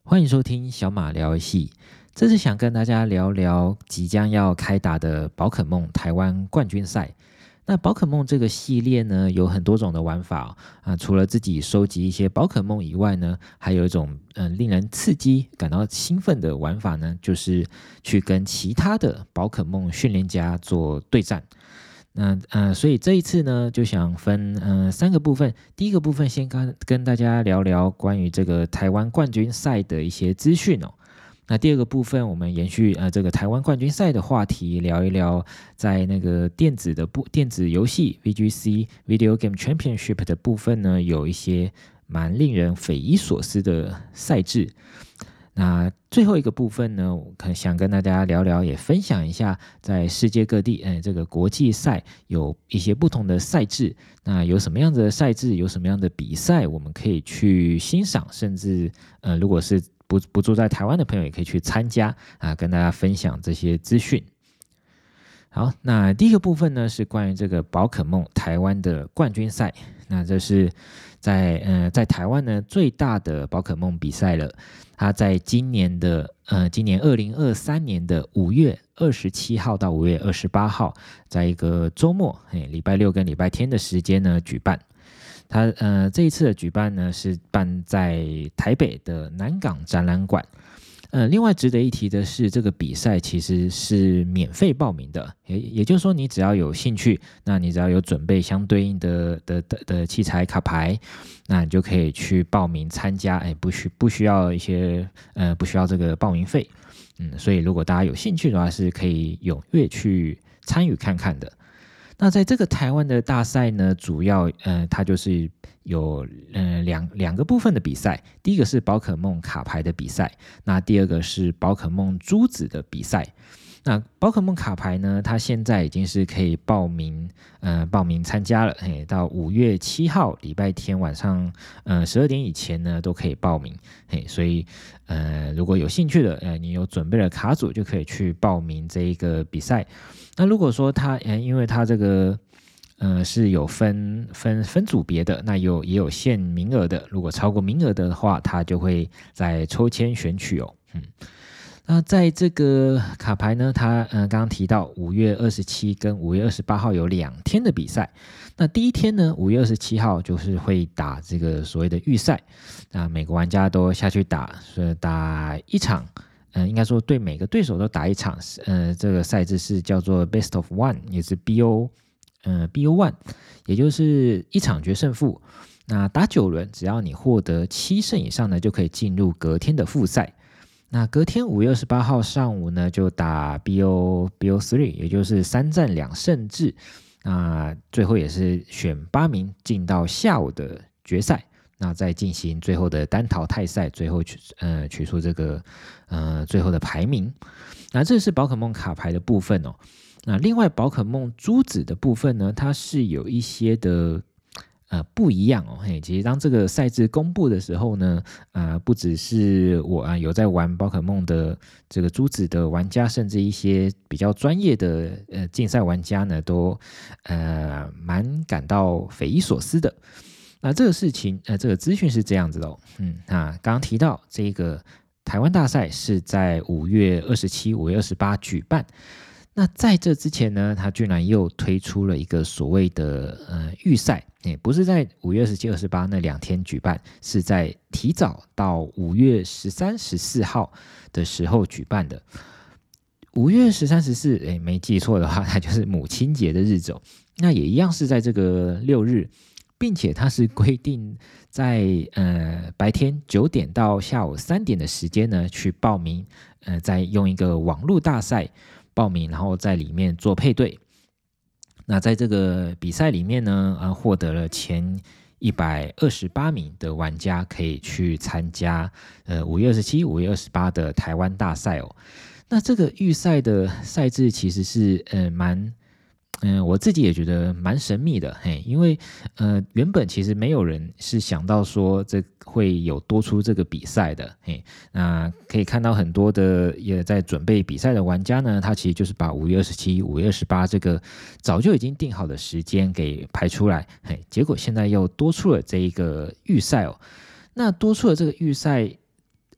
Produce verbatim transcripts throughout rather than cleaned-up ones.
欢迎收听小马聊游戏，这次想跟大家聊聊即将要开打的宝可梦台湾冠军赛。那宝可梦这个系列呢，有很多种的玩法、哦、啊，除了自己收集一些宝可梦以外呢，还有一种嗯、呃、令人刺激、感到兴奋的玩法呢，就是去跟其他的宝可梦训练家做对战。那呃，所以这一次呢，就想分呃三个部分。第一个部分先跟跟大家聊聊关于这个台湾冠军赛的一些资讯哦。那第二个部分，我们延续呃这个台湾冠军赛的话题，聊一聊在那个电子的部电子游戏 V G C Video Game Championship 的部分呢，有一些蛮令人匪夷所思的赛制。那最后一个部分呢，我可想跟大家聊聊，也分享一下在世界各地，哎，这个国际赛有一些不同的赛制。那有什么样的赛制，有什么样的比赛，我们可以去欣赏，甚至呃，如果是不不住在台湾的朋友，也可以去参加啊，跟大家分享这些资讯。好，那第一个部分呢，是关于这个宝可梦台湾的冠军赛。那这是在呃在台湾呢最大的宝可梦比赛了。它在今年的呃今年二零二三年的五月二十七号到五月二十八号，在一个周末，嘿，礼拜六跟礼拜天的时间呢举办。它呃这一次的举办呢是办在台北的南港展览馆。呃，另外值得一提的是，这个比赛其实是免费报名的，也也就是说，你只要有兴趣，那你只要有准备相对应的的的的器材卡牌，那你就可以去报名参加，哎，不需不需要一些呃不需要这个报名费，嗯，所以如果大家有兴趣的话，是可以踊跃去参与看看的。那在这个台湾的大赛呢，主要呃它就是有呃两两个部分的比赛，第一个是宝可梦卡牌的比赛，那第二个是宝可梦珠子的比赛。那宝可梦卡牌呢，它现在已经是可以报名呃报名参加了，嘿，到五月七号礼拜天晚上呃十二点以前呢都可以报名，嘿，所以呃如果有兴趣的，呃你有准备了卡组就可以去报名这一个比赛。那如果说它呃因为它这个呃是有分分分组别的，那有也有限名额的，如果超过名额的话，它就会在抽签选取哦，嗯。那在这个卡牌呢，它呃刚刚提到五月二十七跟五月二十八号有两天的比赛。那第一天呢，五月二十七号就是会打这个所谓的预赛，那每个玩家都下去打，是打一场，呃，应该说对每个对手都打一场，呃，这个赛制是叫做 Best of One， 也是 B O， 呃 B O One， 也就是一场决胜负。那打九轮，只要你获得七胜以上呢，就可以进入隔天的复赛。那隔天五月二十八号上午呢，就打 B O B O 三， 也就是三战两胜制。那最后也是选八名进到下午的决赛，那再进行最后的单淘汰赛，最后取呃取出这个呃最后的排名。那这是宝可梦卡牌的部分哦。那另外宝可梦珠子的部分呢，它是有一些的。呃，不一样哦，嘿，其实当这个赛制公布的时候呢，呃，不只是我啊、呃、有在玩宝可梦的这个珠子的玩家，甚至一些比较专业的呃竞赛玩家呢，都呃蛮感到匪夷所思的。那这个事情，呃，这个资讯是这样子的哦，嗯，那刚刚提到这个台湾大赛是在五月二十七、五月二十八举办。那在这之前呢，他居然又推出了一个所谓的呃预赛，也不是在五月二十七、二十八那两天举办，是在提早到五月十三、十四号的时候举办的。五月十三、十四，哎，没记错的话，它就是母亲节的日子哦。那也一样是在这个六日，并且它是规定在呃白天九点到下午三点的时间呢去报名，呃，再用一个网络大赛。报名，然后在里面做配对。那在这个比赛里面呢，呃，获得了前一百二十八名的玩家可以去参加，呃，五月二十七、五月二十八的台湾大赛哦。那这个预赛的赛制其实是呃蛮。嗯，我自己也觉得蛮神秘的，嘿，因为呃，原本其实没有人是想到说这会有多出这个比赛的，嘿，那可以看到很多的也在准备比赛的玩家呢，他其实就是把五月二十七、五月二十八这个早就已经定好的时间给排出来，嘿，结果现在又多出了这一个预赛哦，那多出了这个预赛。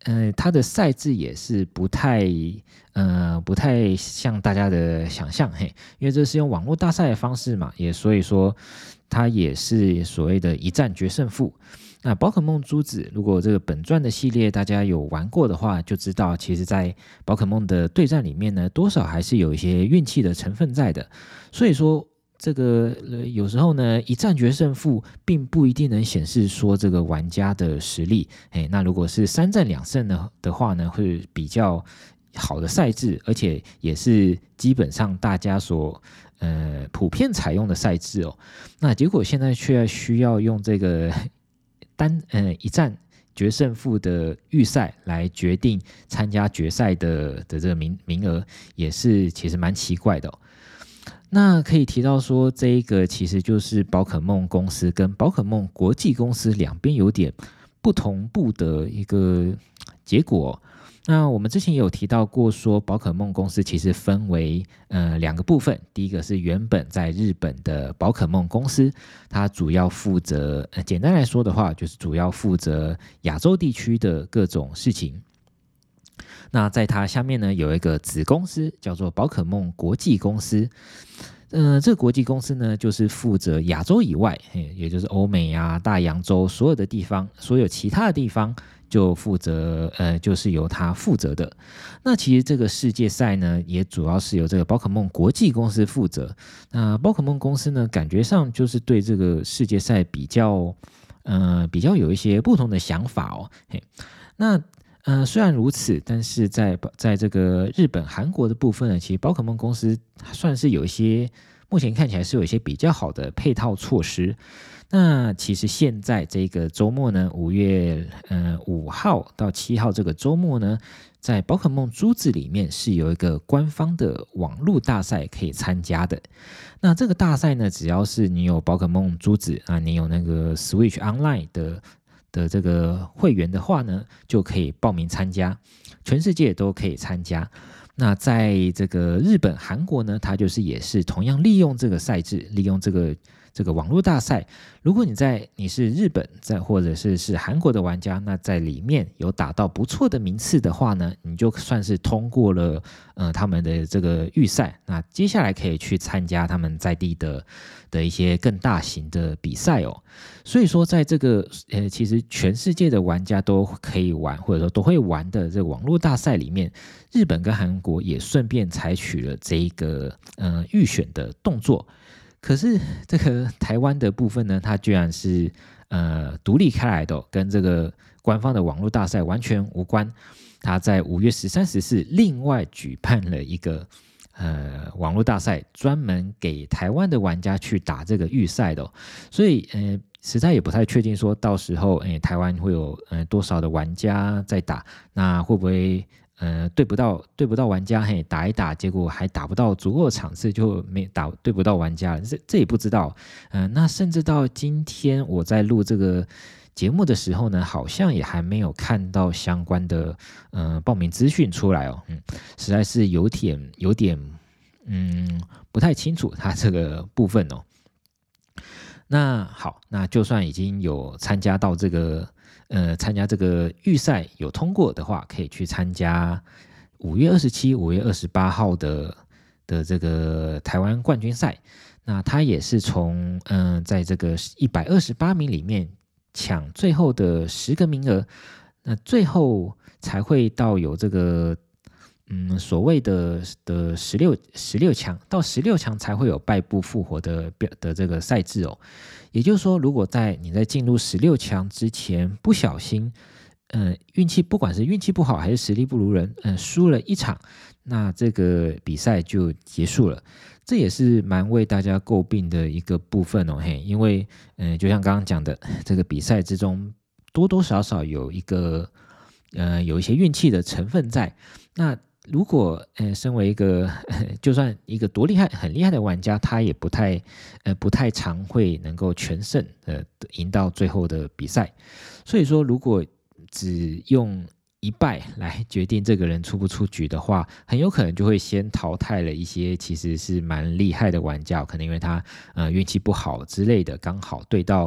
呃，它的赛制也是不太呃不太像大家的想象，嘿，因为这是用网络大赛的方式嘛，也所以说它也是所谓的一战决胜负。那宝可梦珠子，如果这个本传的系列大家有玩过的话，就知道其实在宝可梦的对战里面呢，多少还是有一些运气的成分在的。所以说这个、呃、有时候呢，一战决胜负并不一定能显示说这个玩家的实力。哎，那如果是三战两胜的的话呢，会比较好的赛制，而且也是基本上大家所呃普遍采用的赛制哦。那结果现在却需要用这个单呃一战决胜负的预赛来决定参加决赛的的这个名名额，也是其实蛮奇怪的哦。那可以提到说，这一个其实就是宝可梦公司跟宝可梦国际公司两边有点不同步的一个结果哦。那我们之前也有提到过，说宝可梦公司其实分为呃两个部分，第一个是原本在日本的宝可梦公司，它主要负责，呃、简单来说的话，就是主要负责亚洲地区的各种事情。那在它下面呢，有一个子公司叫做宝可梦国际公司。呃，这个国际公司呢，就是负责亚洲以外，也就是欧美啊、大洋洲所有的地方，所有其他的地方就负责，呃，就是由它负责的。那其实这个世界赛呢，也主要是由这个宝可梦国际公司负责。那宝可梦公司呢，感觉上就是对这个世界赛比较，呃，比较有一些不同的想法哦。嘿，那呃，虽然如此，但是在在这个日本、韩国的部分呢，其实宝可梦公司算是有一些，目前看起来是有一些比较好的配套措施。那其实现在这个周末呢，五月呃五号到七号这个周末呢，在宝可梦珠子里面是有一个官方的网络大赛可以参加的。那这个大赛呢，只要是你有宝可梦珠子啊，你有那个 Switch Online 的。的这个会员的话呢，就可以报名参加，全世界都可以参加。那在这个日本、韩国呢，它就是也是同样利用这个赛制，利用这个这个网络大赛。如果你在你是日本在或者是是韩国的玩家，那在里面有打到不错的名次的话呢，你就算是通过了呃他们的这个预赛。那接下来可以去参加他们在地的的一些更大型的比赛哦。所以说，在这个呃，其实全世界的玩家都可以玩，或者说都会玩的这个网络大赛里面，日本跟韩国也顺便采取了这一个呃预选的动作。可是这个台湾的部分呢，它居然是呃独立开来的、哦，跟这个官方的网络大赛完全无关。它在五月十三、十四另外举办了一个呃网络大赛，专门给台湾的玩家去打这个预赛的、哦，所以呃。实在也不太确定，说到时候，哎，台湾会有呃多少的玩家在打，那会不会呃对不到对不到玩家，嘿，打一打，结果还打不到足够的场次，就没打对不到玩家了，这这也不知道。嗯、呃，那甚至到今天我在录这个节目的时候呢，好像也还没有看到相关的呃报名资讯出来哦，嗯，实在是有点有点嗯不太清楚它这个部分哦。那好，那就算已经有参加到这个呃参加这个预赛有通过的话，可以去参加五月二十七、五月二十八号的的这个台湾冠军赛。那他也是从嗯、呃、在这个一百二十八名里面抢最后的十个名额，那最后才会到有这个。嗯，所谓的的十六十六强到十六强才会有败部复活的的这个赛制哦。也就是说，如果在你在进入十六强之前不小心，呃，运气不管是运气不好还是实力不如人，嗯、呃，输了一场，那这个比赛就结束了。这也是蛮为大家诟病的一个部分哦，嘿，因为嗯、呃，就像刚刚讲的，这个比赛之中多多少少有一个呃有一些运气的成分在，那。如果呃，身为一个就算一个多厉害、很厉害的玩家，他也不太呃不太常会能够全胜呃赢到最后的比赛。所以说，如果只用一败来决定这个人出不出局的话，很有可能就会先淘汰了一些其实是蛮厉害的玩家，可能因为他呃运气不好之类的，刚好对到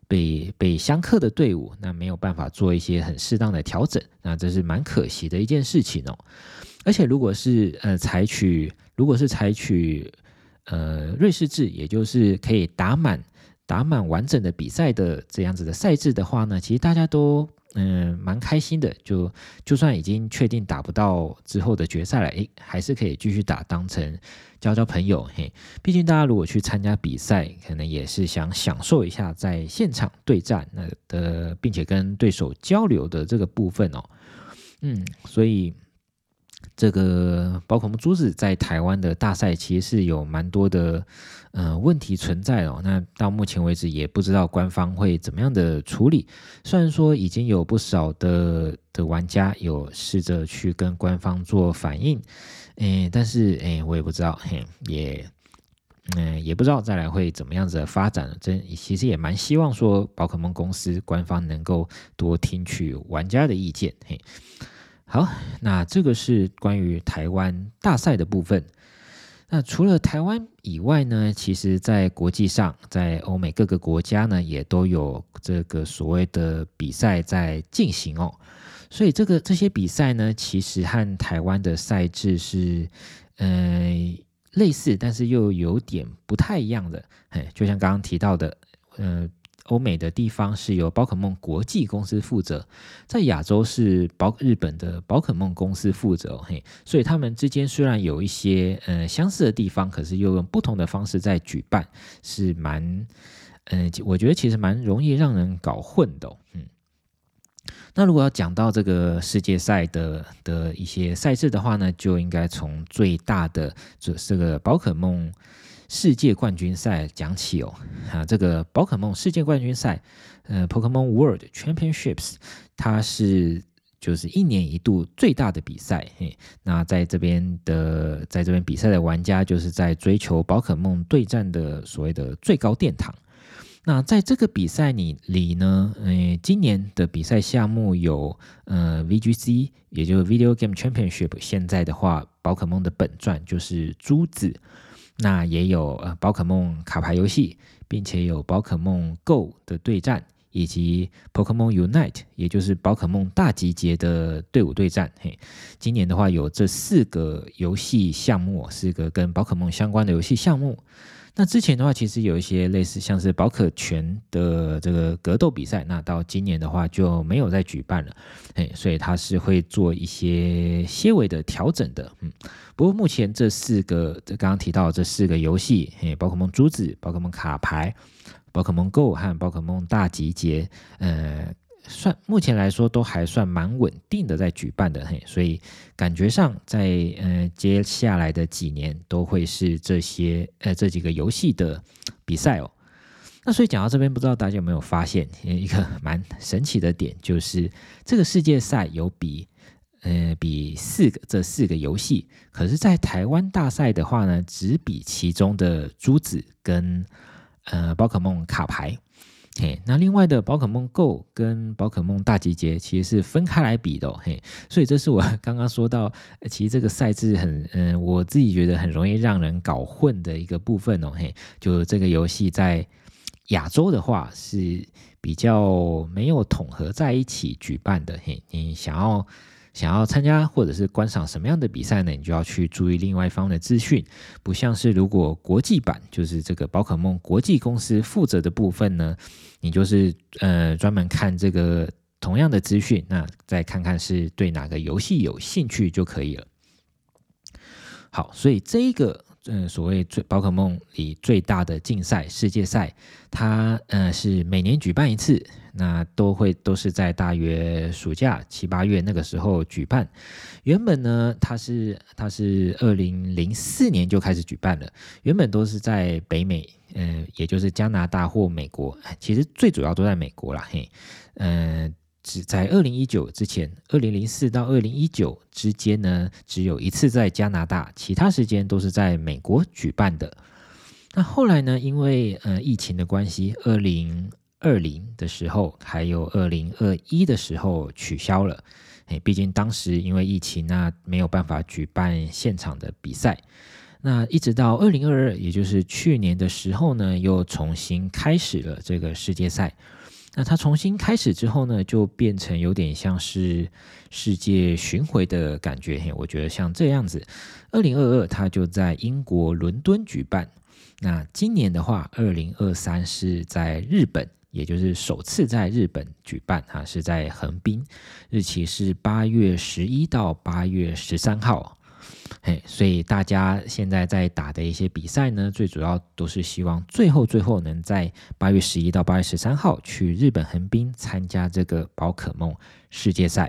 被被相克的队伍，那没有办法做一些很适当的调整，那这是蛮可惜的一件事情哦。而且如果是呃采取如果是采取呃瑞士制，也就是可以打满打满完整的比赛的这样子的赛制的话呢，其实大家都嗯蛮开心的，就就算已经确定打不到之后的决赛了，诶，还是可以继续打，当成交交朋友。嘿，毕竟大家如果去参加比赛，可能也是想享受一下在现场对战那的，并且跟对手交流的这个部分哦。嗯，所以这个宝可梦珠子在台湾的大赛其实是有蛮多的呃问题存在哦。那到目前为止也不知道官方会怎么样的处理。虽然说已经有不少的的玩家有试着去跟官方做反应，诶，但是诶我也不知道，嘿，也嗯也不知道再来会怎么样子的发展。真其实也蛮希望说宝可梦公司官方能够多听取玩家的意见，嘿。好，那这个是关于台湾大赛的部分。那除了台湾以外呢，其实在国际上，在欧美各个国家呢，也都有这个所谓的比赛在进行哦。所以这个这些比赛呢，其实和台湾的赛制是呃类似，但是又有点不太一样的。哎，就像刚刚提到的，呃。欧美的地方是由宝可梦国际公司负责，在亚洲是宝日本的宝可梦公司负责，嘿，所以他们之间虽然有一些呃相似的地方，可是又用不同的方式在举办，是蛮，嗯、呃，我觉得其实蛮容易让人搞混的、哦，嗯。那如果要讲到这个世界赛的的一些赛制的话呢，就应该从最大的这这个宝可梦世界冠军赛讲起哦。啊，这个宝可梦世界冠军赛，呃 ，Pokemon World Championships， 它是就是一年一度最大的比赛。嘿，那在这边的在这边比赛的玩家，就是在追求宝可梦对战的所谓的最高殿堂。那在这个比赛里里呢，呃，今年的比赛项目有呃 V G C， 也就是 Video Game Championship。现在的话，宝可梦的本传就是珠子。那也有呃宝可梦卡牌游戏，并且有宝可梦 Go 的对战，以及 Pokemon Unite， 也就是宝可梦大集结的队伍对战。嘿，今年的话有这四个游戏项目，四个跟宝可梦相关的游戏项目。那之前的话，其实有一些类似像是宝可拳的这个格斗比赛，那到今年的话就没有再举办了，嘿，所以它是会做一些些微的调整的，嗯。不过目前这四个，刚刚提到这四个游戏，嘿，宝可梦珠子、宝可梦卡牌、宝可梦 Go 和宝可梦大集结，呃。算目前来说都还算蛮稳定的在举办的，嘿，所以感觉上在呃接下来的几年都会是这些呃这几个游戏的比赛哦。那所以讲到这边，不知道大家有没有发现一个蛮神奇的点，就是这个世界赛有比呃比四个这四个游戏，可是在台湾大赛的话呢，只比其中的珠子跟呃宝可梦卡牌。嘿，那另外的宝可梦 Go 跟宝可梦大集结其实是分开来比的、哦，嘿，所以这是我刚刚说到，其实这个赛制很，嗯、呃，我自己觉得很容易让人搞混的一个部分哦，嘿，就这个游戏在亚洲的话是比较没有统合在一起举办的，嘿，你想要。想要参加或者是观赏什么样的比赛呢？你就要去注意另外一方的资讯，不像是如果国际版就是这个宝可梦国际公司负责的部分呢，你就是呃专门看这个同样的资讯，那再看看是对哪个游戏有兴趣就可以了。好，所以这一个呃所谓最宝可梦里最大的竞赛世界赛，它呃是每年举办一次。那都会都是在大约暑假七八月那个时候举办。原本呢，它是它是二零零四年就开始举办了。原本都是在北美，呃，也就是加拿大或美国，其实最主要都在美国啦。嘿，呃，只在二零一九之前，二零零四到二零一九之间呢，只有一次在加拿大，其他时间都是在美国举办的。那后来呢，因为呃疫情的关系，二零二零的时候，还有二零二一的时候取消了。毕竟当时因为疫情啊，没有办法举办现场的比赛。 那一直到二零二二，也就是去年的时候呢，又重新开始了这个世界赛。那它重新开始之后呢，就变成有点像是世界巡回的感觉。嘿，我觉得像这样子。二零二二它就在英国伦敦举办。那今年的话，二零二三是在日本，也就是首次在日本举办，哈，是在横滨，日期是八月十一到八月十三号。嘿，所以大家现在在打的一些比赛呢，最主要都是希望最后最后能在八月十一到八月十三号去日本横滨参加这个宝可梦世界赛。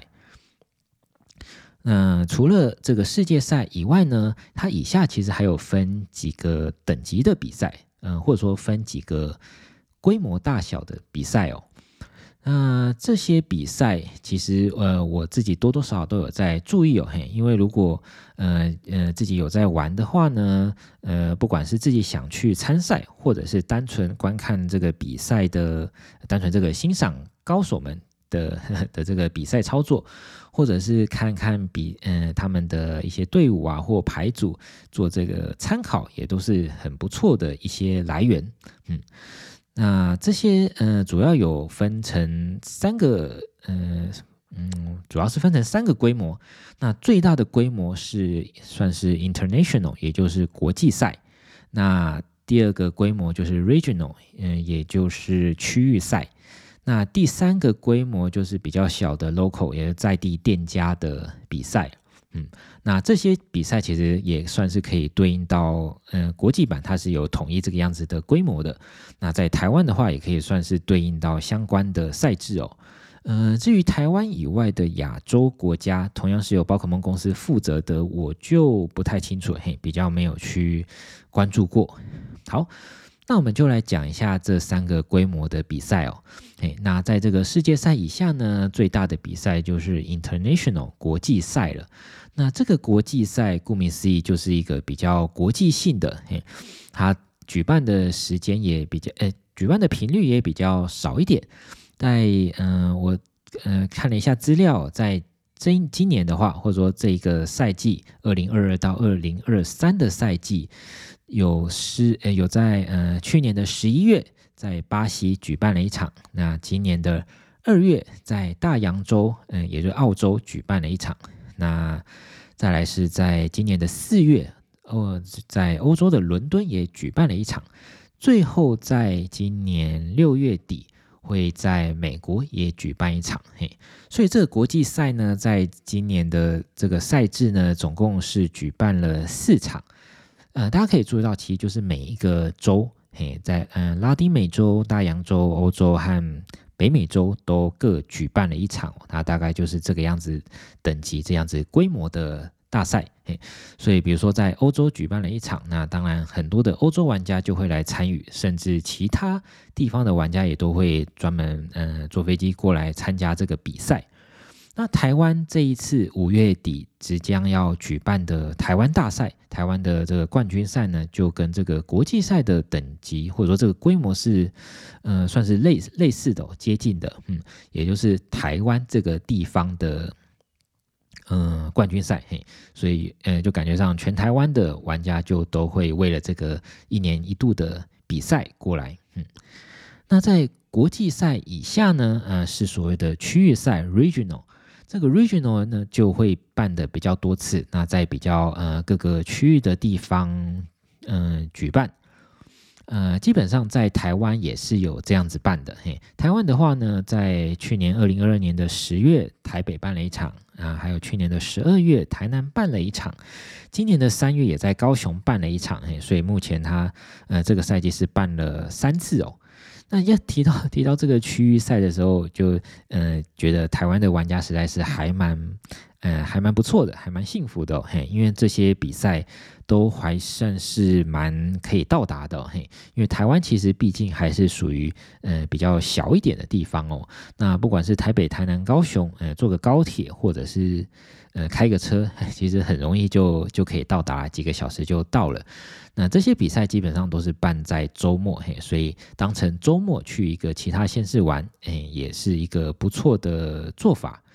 那除了这个世界赛以外呢，它以下其实还有分几个等级的比赛，嗯、呃，或者说分几个规模大小的比赛哦。那这些比赛其实呃我自己多多少少都有在注意哦，嘿，因为如果呃呃自己有在玩的话呢，呃不管是自己想去参赛，或者是单纯观看这个比赛的，单纯这个欣赏高手们的的这个比赛操作，或者是看看比呃他们的一些队伍啊或牌组做这个参考，也都是很不错的一些来源，嗯。那这些呃，主要有分成三个呃嗯，主要是分成三个规模。那最大的规模是算是 international， 也就是国际赛。那第二个规模就是 regional， 嗯、呃，也就是区域赛。那第三个规模就是比较小的 local， 也是在地店家的比赛。嗯，那这些比赛其实也算是可以对应到，嗯、呃，国际版它是有统一这个样子的规模的。那在台湾的话，也可以算是对应到相关的赛制哦。呃，至于台湾以外的亚洲国家，同样是由宝可梦公司负责的，我就不太清楚，嘿，比较没有去关注过。好。那我们就来讲一下这三个规模的比赛哦。嘿，那在这个世界赛以下呢，最大的比赛就是 International 国际赛了。那这个国际赛顾名思义就是一个比较国际性的，嘿，它举办的时间也比较，呃，举办的频率也比较少一点。在嗯、呃，我呃看了一下资料，在今今年的话，或者说这个赛季二零二二到二零二三的赛季。有是呃有在呃去年的十一月在巴西举办了一场，那今年的二月在大洋洲，嗯、呃，也就是澳洲举办了一场，那再来是在今年的四月，哦，在欧洲的伦敦也举办了一场，最后在今年六月底会在美国也举办一场，嘿，所以这个国际赛呢，在今年的这个赛制呢，总共是举办了四场。呃，大家可以注意到，其实就是每一个州，嘿，在嗯、呃、拉丁美洲、大洋洲、欧洲和北美洲都各举办了一场，那大概就是这个样子等级、这样子规模的大赛，嘿，所以比如说在欧洲举办了一场，那当然很多的欧洲玩家就会来参与，甚至其他地方的玩家也都会专门呃坐飞机过来参加这个比赛。那台湾这一次五月底即将要举办的台湾大赛，台湾的这个冠军赛呢，就跟这个国际赛的等级或者说这个规模是，呃，算是类类似的、哦、接近的，嗯，也就是台湾这个地方的，嗯、呃，冠军赛，嘿，所以呃，就感觉上全台湾的玩家就都会为了这个一年一度的比赛过来，嗯，那在国际赛以下呢，呃，是所谓的区域赛 （regional）。这个 regional 呢就会办的比较多次，那在比较呃各个区域的地方嗯、呃、举办，呃基本上在台湾也是有这样子办的。嘿，台湾的话呢，在去年二零二二年的十月台北办了一场啊，还有去年的十二月台南办了一场，今年的三月也在高雄办了一场，嘿，所以目前它呃这个赛季是办了三次哦。那要提到提到这个区域赛的时候，就呃觉得台湾的玩家实在是还蛮呃还蛮不错的，还蛮幸福的、哦、嘿，因为这些比赛都还算是蛮可以到达的、哦、嘿，因为台湾其实毕竟还是属于呃比较小一点的地方哦。那不管是台北、台南、高雄，呃坐个高铁或者是呃开个车，其实很容易就就可以到达，几个小时就到了。那这些比赛基本上都是办在周末，嘿，所以当成周末去一个其他县市玩，哎，也是一个不错的做法。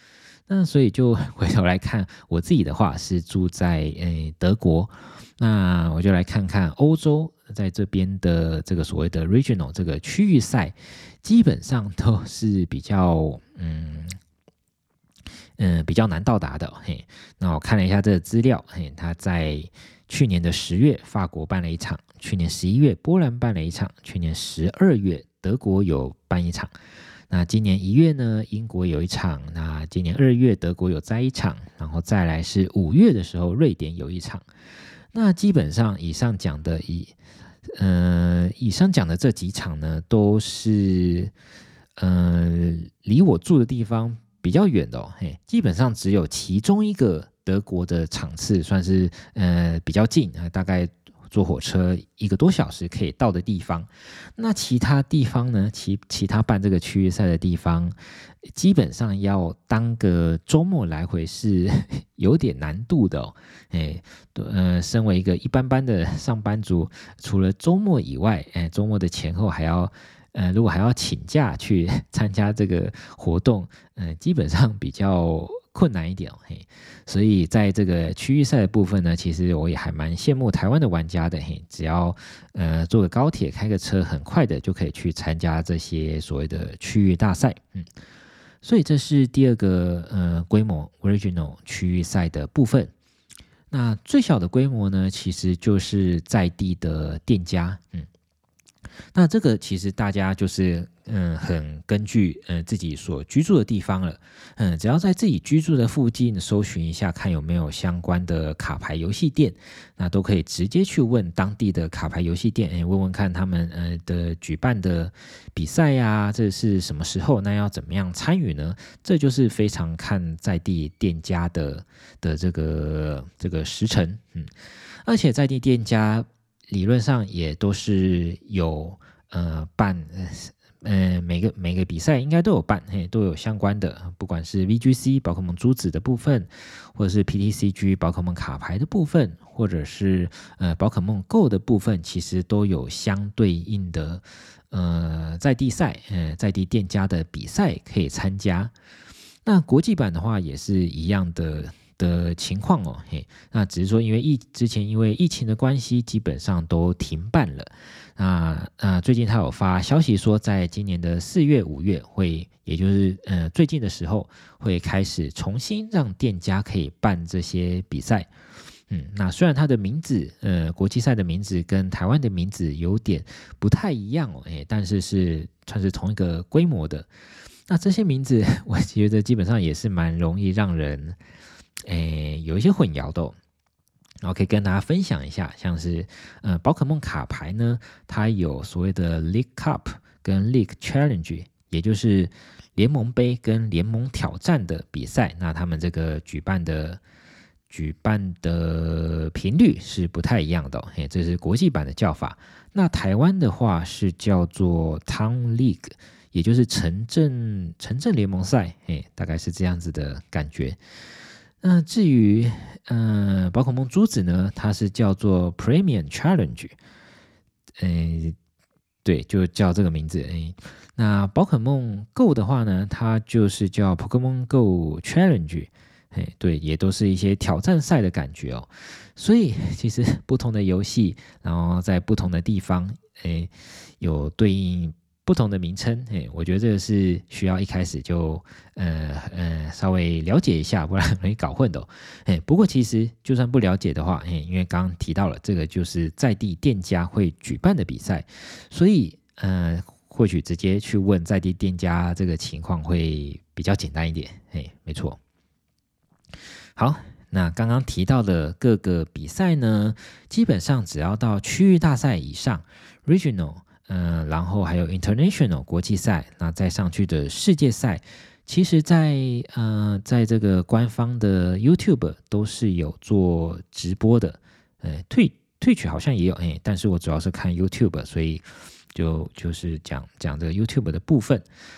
那所以就回头来看，我自己的话是住在诶德国，那我就来看看欧洲在这边的这个所谓的 regional 这个区域赛，基本上都是比较嗯嗯、呃、比较难到达的。嘿，那我看了一下这个资料，嘿，他在去年的十月法国办了一场，去年十一月波兰办了一场，去年十二月德国有办一场。那今年一月呢，英国有一场，那今年二月德国有再一场，然后再来是五月的时候瑞典有一场。那基本上以上讲的以呃以上讲的这几场呢，都是呃离我住的地方比较远的哦，嘿，基本上只有其中一个德国的场次算是呃比较近啊，大概坐火车一个多小时可以到的地方。那其他地方呢？其其他办这个区域赛的地方，基本上要当个周末来回是有点难度的哦。哎，呃，身为一个一般般的上班族，除了周末以外，哎，周末的前后还要。呃，如果还要请假去参加这个活动，呃，基本上比较困难一点哦，嘿，所以在这个区域赛的部分呢，其实我也还蛮羡慕台湾的玩家的，嘿，只要呃坐个高铁、开个车，很快的就可以去参加这些所谓的区域大赛，嗯，所以这是第二个呃规模 regional 区域赛的部分。那最小的规模呢，其实就是在地的店家，嗯。那这个其实大家就是嗯，很根据嗯自己所居住的地方了，嗯，只要在自己居住的附近搜寻一下，看有没有相关的卡牌游戏店，那都可以直接去问当地的卡牌游戏店，哎，问问看他们呃的举办的比赛呀，这是什么时候？那要怎么样参与呢？这就是非常看在地店家的的这个这个时程，嗯，而且在地店家理论上也都是有呃办呃呃每个每个比赛应该都有办，嘿，都有相关的，不管是 V G C 宝可梦珠子的部分，或者是 P T C G 宝可梦卡牌的部分，或者是呃宝可梦 Go 的部分，其实都有相对应的呃在地赛，呃在地店家的比赛可以参加。那国际版的话也是一样的。的情况哦，嘿，那只是说因为疫之前因为疫情的关系，基本上都停办了。那呃，最近他有发消息说，在今年的四月、五月会，也就是呃最近的时候，会开始重新让店家可以办这些比赛。嗯，那虽然它的名字，呃，国际赛的名字跟台湾的名字有点不太一样哦，哎，但是是算是同一个规模的。那这些名字，我觉得基本上也是蛮容易让人。诶，有一些混淆的、哦，然后可以跟大家分享一下，像是呃宝可梦卡牌呢，它有所谓的 League Cup 跟 League Challenge， 也就是联盟杯跟联盟挑战的比赛，那他们这个举办的举办的频率是不太一样的、哦，嘿，这是国际版的叫法。那台湾的话是叫做 Town League， 也就是城镇城镇联盟赛，嘿，大概是这样子的感觉。那至于呃宝可梦珠子呢，它是叫做 Premium Challenge， 诶，对，就叫这个名字。诶，那宝可梦 Go 的话呢，它就是叫 Pokemon Go Challenge， 诶，对，也都是一些挑战赛的感觉哦。所以其实不同的游戏，然后在不同的地方，诶，有对应。不同的名称，哎，我觉得这个是需要一开始就呃呃稍微了解一下，不然容易搞混的、哦。哎，不过其实就算不了解的话，哎，因为刚刚提到了这个就是在地店家会举办的比赛，所以呃或许直接去问在地店家这个情况会比较简单一点。哎，没错。好，那刚刚提到的各个比赛呢，基本上只要到区域大赛以上 （Regional）。嗯，然后还有 international 国际赛，那再上去的世界赛，其实在呃在这个官方的 YouTube 都是有做直播的，呃退退取好像也有，哎，但是我主要是看 YouTube， 所以就就是讲讲这个 YouTube 的部分。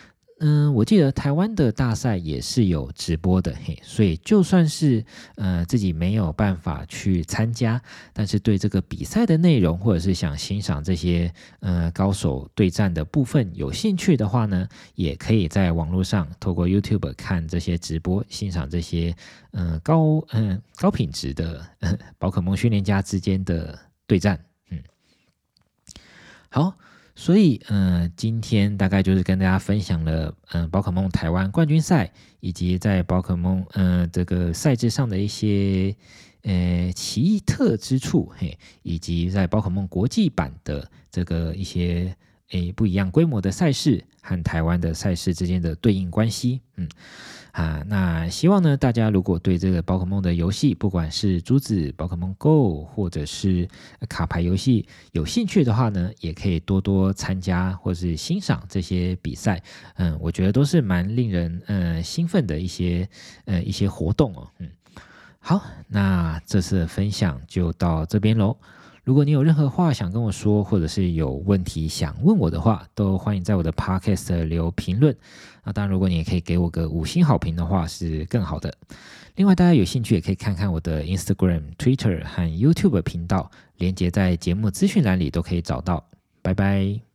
嗯、呃我记得台湾的大赛也是有直播的，嘿，所以就算是呃自己没有办法去参加，但是对这个比赛的内容，或者是想欣赏这些呃高手对战的部分有兴趣的话呢，也可以在网络上透过 YouTube 看这些直播，欣赏这些呃高嗯、呃、高品质的、呃、宝可梦训练家之间的对战。嗯，好。所以，呃，今天大概就是跟大家分享了，嗯、呃，宝可梦台湾冠军赛，以及在宝可梦，呃，这个赛制上的一些，呃，奇特之处，嘿，以及在宝可梦国际版的这个一些，诶，不一样规模的赛事和台湾的赛事之间的对应关系，嗯。啊，那希望呢，大家如果对这个宝可梦的游戏，不管是珠子、宝可梦 Go， 或者是卡牌游戏有兴趣的话呢，也可以多多参加或是欣赏这些比赛。嗯，我觉得都是蛮令人呃兴奋的一些呃一些活动哦。嗯，好，那这次的分享就到这边喽。如果你有任何话想跟我说，或者是有问题想问我的话，都欢迎在我的 Podcast 留评论。那当然，如果你也可以给我个五星好评的话，是更好的。另外，大家有兴趣也可以看看我的 Instagram、Twitter 和 YouTube 频道，连接在节目资讯栏里都可以找到。拜拜。